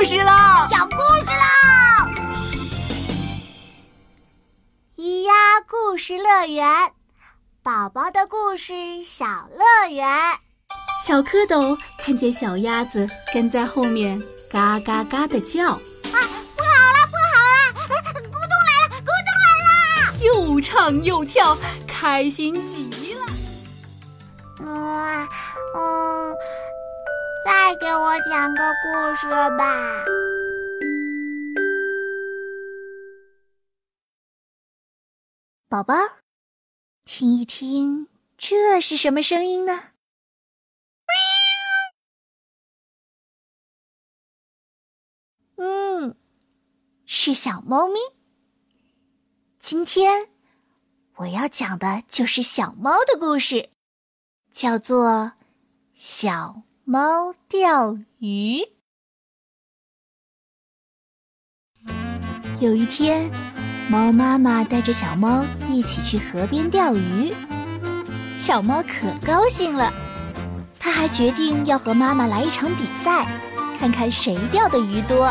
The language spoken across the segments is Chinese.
事了！ 讲故事啦！咿呀故事乐园，宝宝的故事小乐园。 小蝌蚪看见小鸭子跟在后面嘎嘎嘎地叫， 不好了，咕咚来了！ 又唱又跳，开心极了。 再给我讲个故事吧。宝宝，听一听，这是什么声音呢？是小猫咪。今天我要讲的就是小猫的故事，叫做小猫钓鱼。有一天，猫妈妈带着小猫一起去河边钓鱼，小猫可高兴了，它还决定要和妈妈来一场比赛，看看谁钓的鱼多。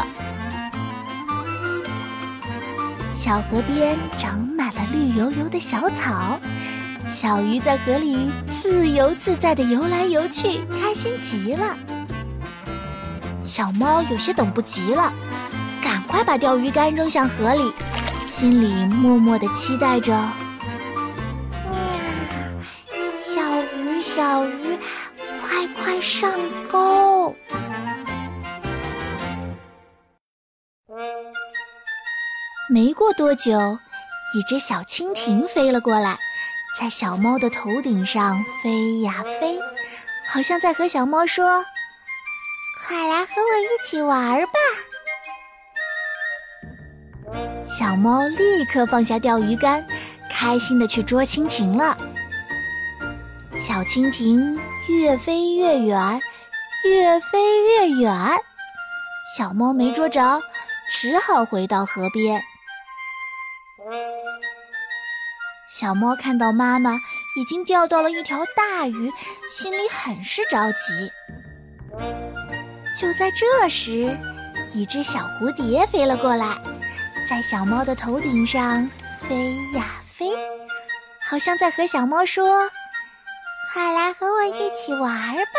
小河边长满了绿油油的小草，小鱼在河里自由自在地游来游去，开心极了。小猫有些等不及了，赶快把钓鱼竿扔向河里，心里默默地期待着。小鱼，快上钩！没过多久，一只小蜻蜓飞了过来，在小猫的头顶上飞呀飞，好像在和小猫说：“快来和我一起玩吧！”小猫立刻放下钓鱼竿，开心地去捉蜻蜓了。小蜻蜓越飞越远，越飞越远，小猫没捉着，只好回到河边。小猫看到妈妈已经钓到了一条大鱼，心里很是着急。就在这时，一只小蝴蝶飞了过来，在小猫的头顶上飞呀飞，好像在和小猫说：“快来和我一起玩吧！”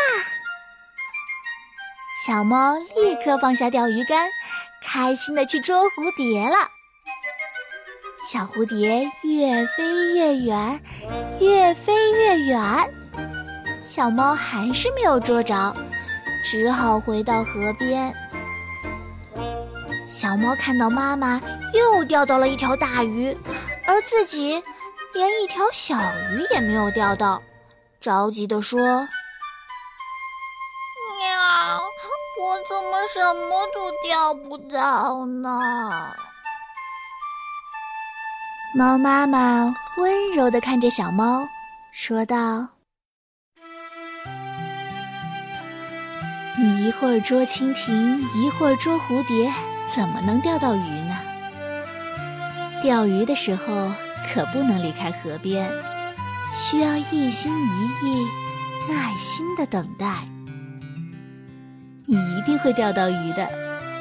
小猫立刻放下钓鱼竿，开心地去捉蝴蝶了。小蝴蝶越飞越远，越飞越远，小猫还是没有捉着，只好回到河边。小猫看到妈妈又钓到了一条大鱼，而自己连一条小鱼也没有钓到，着急地说：“喵，我怎么什么都钓不到呢？”猫妈妈温柔地看着小猫，说道：“你一会儿捉蜻蜓，一会儿捉蝴蝶，怎么能钓到鱼呢？钓鱼的时候可不能离开河边，需要一心一意，耐心地等待。你一定会钓到鱼的。”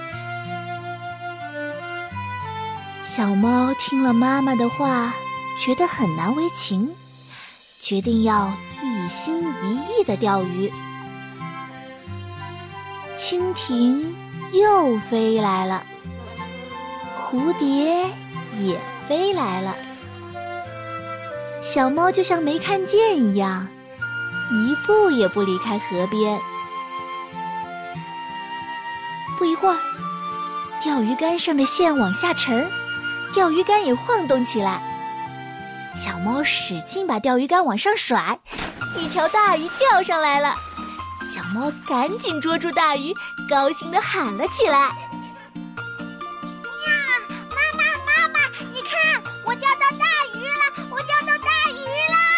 小猫听了妈妈的话，觉得很难为情，决定要一心一意地钓鱼。蜻蜓又飞来了，蝴蝶也飞来了，小猫就像没看见一样，一步也不离开河边。不一会儿，钓鱼竿上的线往下沉，钓鱼竿也晃动起来，小猫使劲把钓鱼竿往上甩，一条大鱼钓上来了。小猫赶紧捉住大鱼，高兴地喊了起来：“呀，妈妈，你看，我钓到大鱼了！我钓到大鱼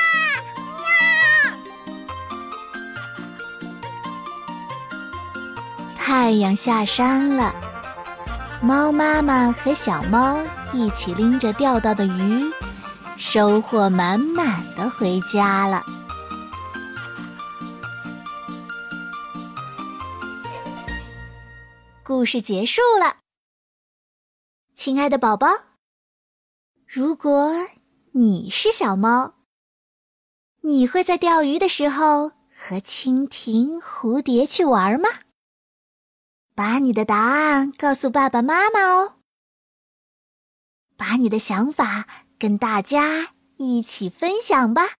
啦！”太阳下山了，猫妈妈和小猫一起拎着钓到的鱼，收获满满的回家了。 故事结束了。亲爱的宝宝，如果你是小猫，你会在钓鱼的时候和蜻蜓、蝴蝶去玩吗？把你的答案告诉爸爸妈妈哦。把你的想法跟大家一起分享吧。